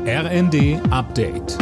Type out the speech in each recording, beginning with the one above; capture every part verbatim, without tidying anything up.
R N D Update.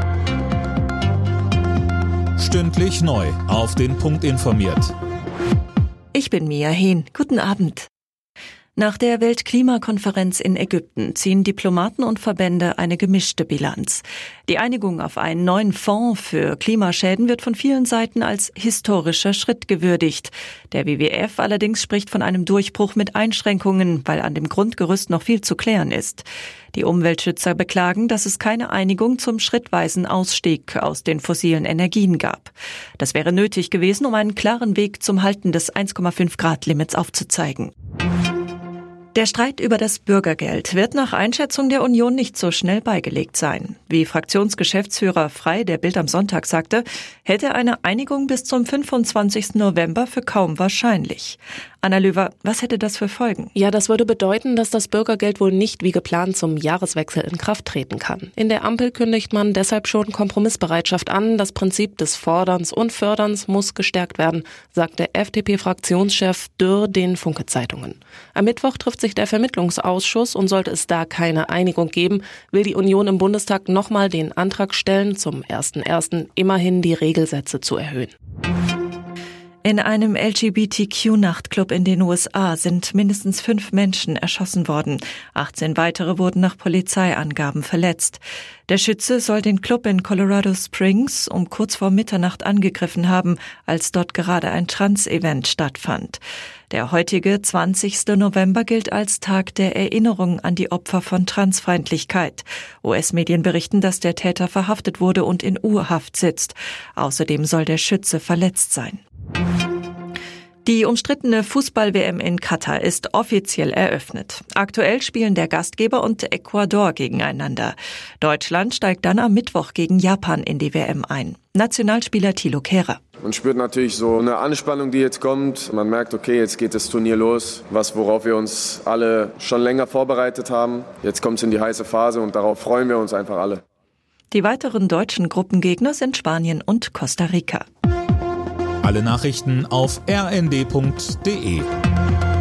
Stündlich neu auf den Punkt informiert. Ich bin Mia Hehn. Guten Abend. Nach der Weltklimakonferenz in Ägypten ziehen Diplomaten und Verbände eine gemischte Bilanz. Die Einigung auf einen neuen Fonds für Klimaschäden wird von vielen Seiten als historischer Schritt gewürdigt. Der W W F allerdings spricht von einem Durchbruch mit Einschränkungen, weil an dem Grundgerüst noch viel zu klären ist. Die Umweltschützer beklagen, dass es keine Einigung zum schrittweisen Ausstieg aus den fossilen Energien gab. Das wäre nötig gewesen, um einen klaren Weg zum Halten des eins Komma fünf Grad Limits aufzuzeigen. Der Streit über das Bürgergeld wird nach Einschätzung der Union nicht so schnell beigelegt sein. Wie Fraktionsgeschäftsführer Frey der Bild am Sonntag sagte, hätte eine Einigung bis zum fünfundzwanzigsten November für kaum wahrscheinlich. Anna Löwer, was hätte das für Folgen? Ja, das würde bedeuten, dass das Bürgergeld wohl nicht wie geplant zum Jahreswechsel in Kraft treten kann. In der Ampel kündigt man deshalb schon Kompromissbereitschaft an. Das Prinzip des Forderns und Förderns muss gestärkt werden, sagte F D P-Fraktionschef Dürr den Funke-Zeitungen. Am Mittwoch trifft sich der Vermittlungsausschuss und sollte es da keine Einigung geben, will die Union im Bundestag nochmal den Antrag stellen, zum ersten ersten immerhin die Regelsätze zu erhöhen. In einem L G B T Q-Nachtclub in den U S A sind mindestens fünf Menschen erschossen worden. achtzehn weitere wurden nach Polizeiangaben verletzt. Der Schütze soll den Club in Colorado Springs um kurz vor Mitternacht angegriffen haben, als dort gerade ein Trans-Event stattfand. Der heutige zwanzigsten November gilt als Tag der Erinnerung an die Opfer von Transfeindlichkeit. U S-Medien berichten, dass der Täter verhaftet wurde und in U-Haft sitzt. Außerdem soll der Schütze verletzt sein. Die umstrittene Fußball-W M in Katar ist offiziell eröffnet. Aktuell spielen der Gastgeber und Ecuador gegeneinander. Deutschland steigt dann am Mittwoch gegen Japan in die W M ein. Nationalspieler Thilo Kehrer. Man spürt natürlich so eine Anspannung, die jetzt kommt. Man merkt, okay, jetzt geht das Turnier los, was worauf wir uns alle schon länger vorbereitet haben. Jetzt kommt es in die heiße Phase und darauf freuen wir uns einfach alle. Die weiteren deutschen Gruppengegner sind Spanien und Costa Rica. Alle Nachrichten auf r n d punkt d e.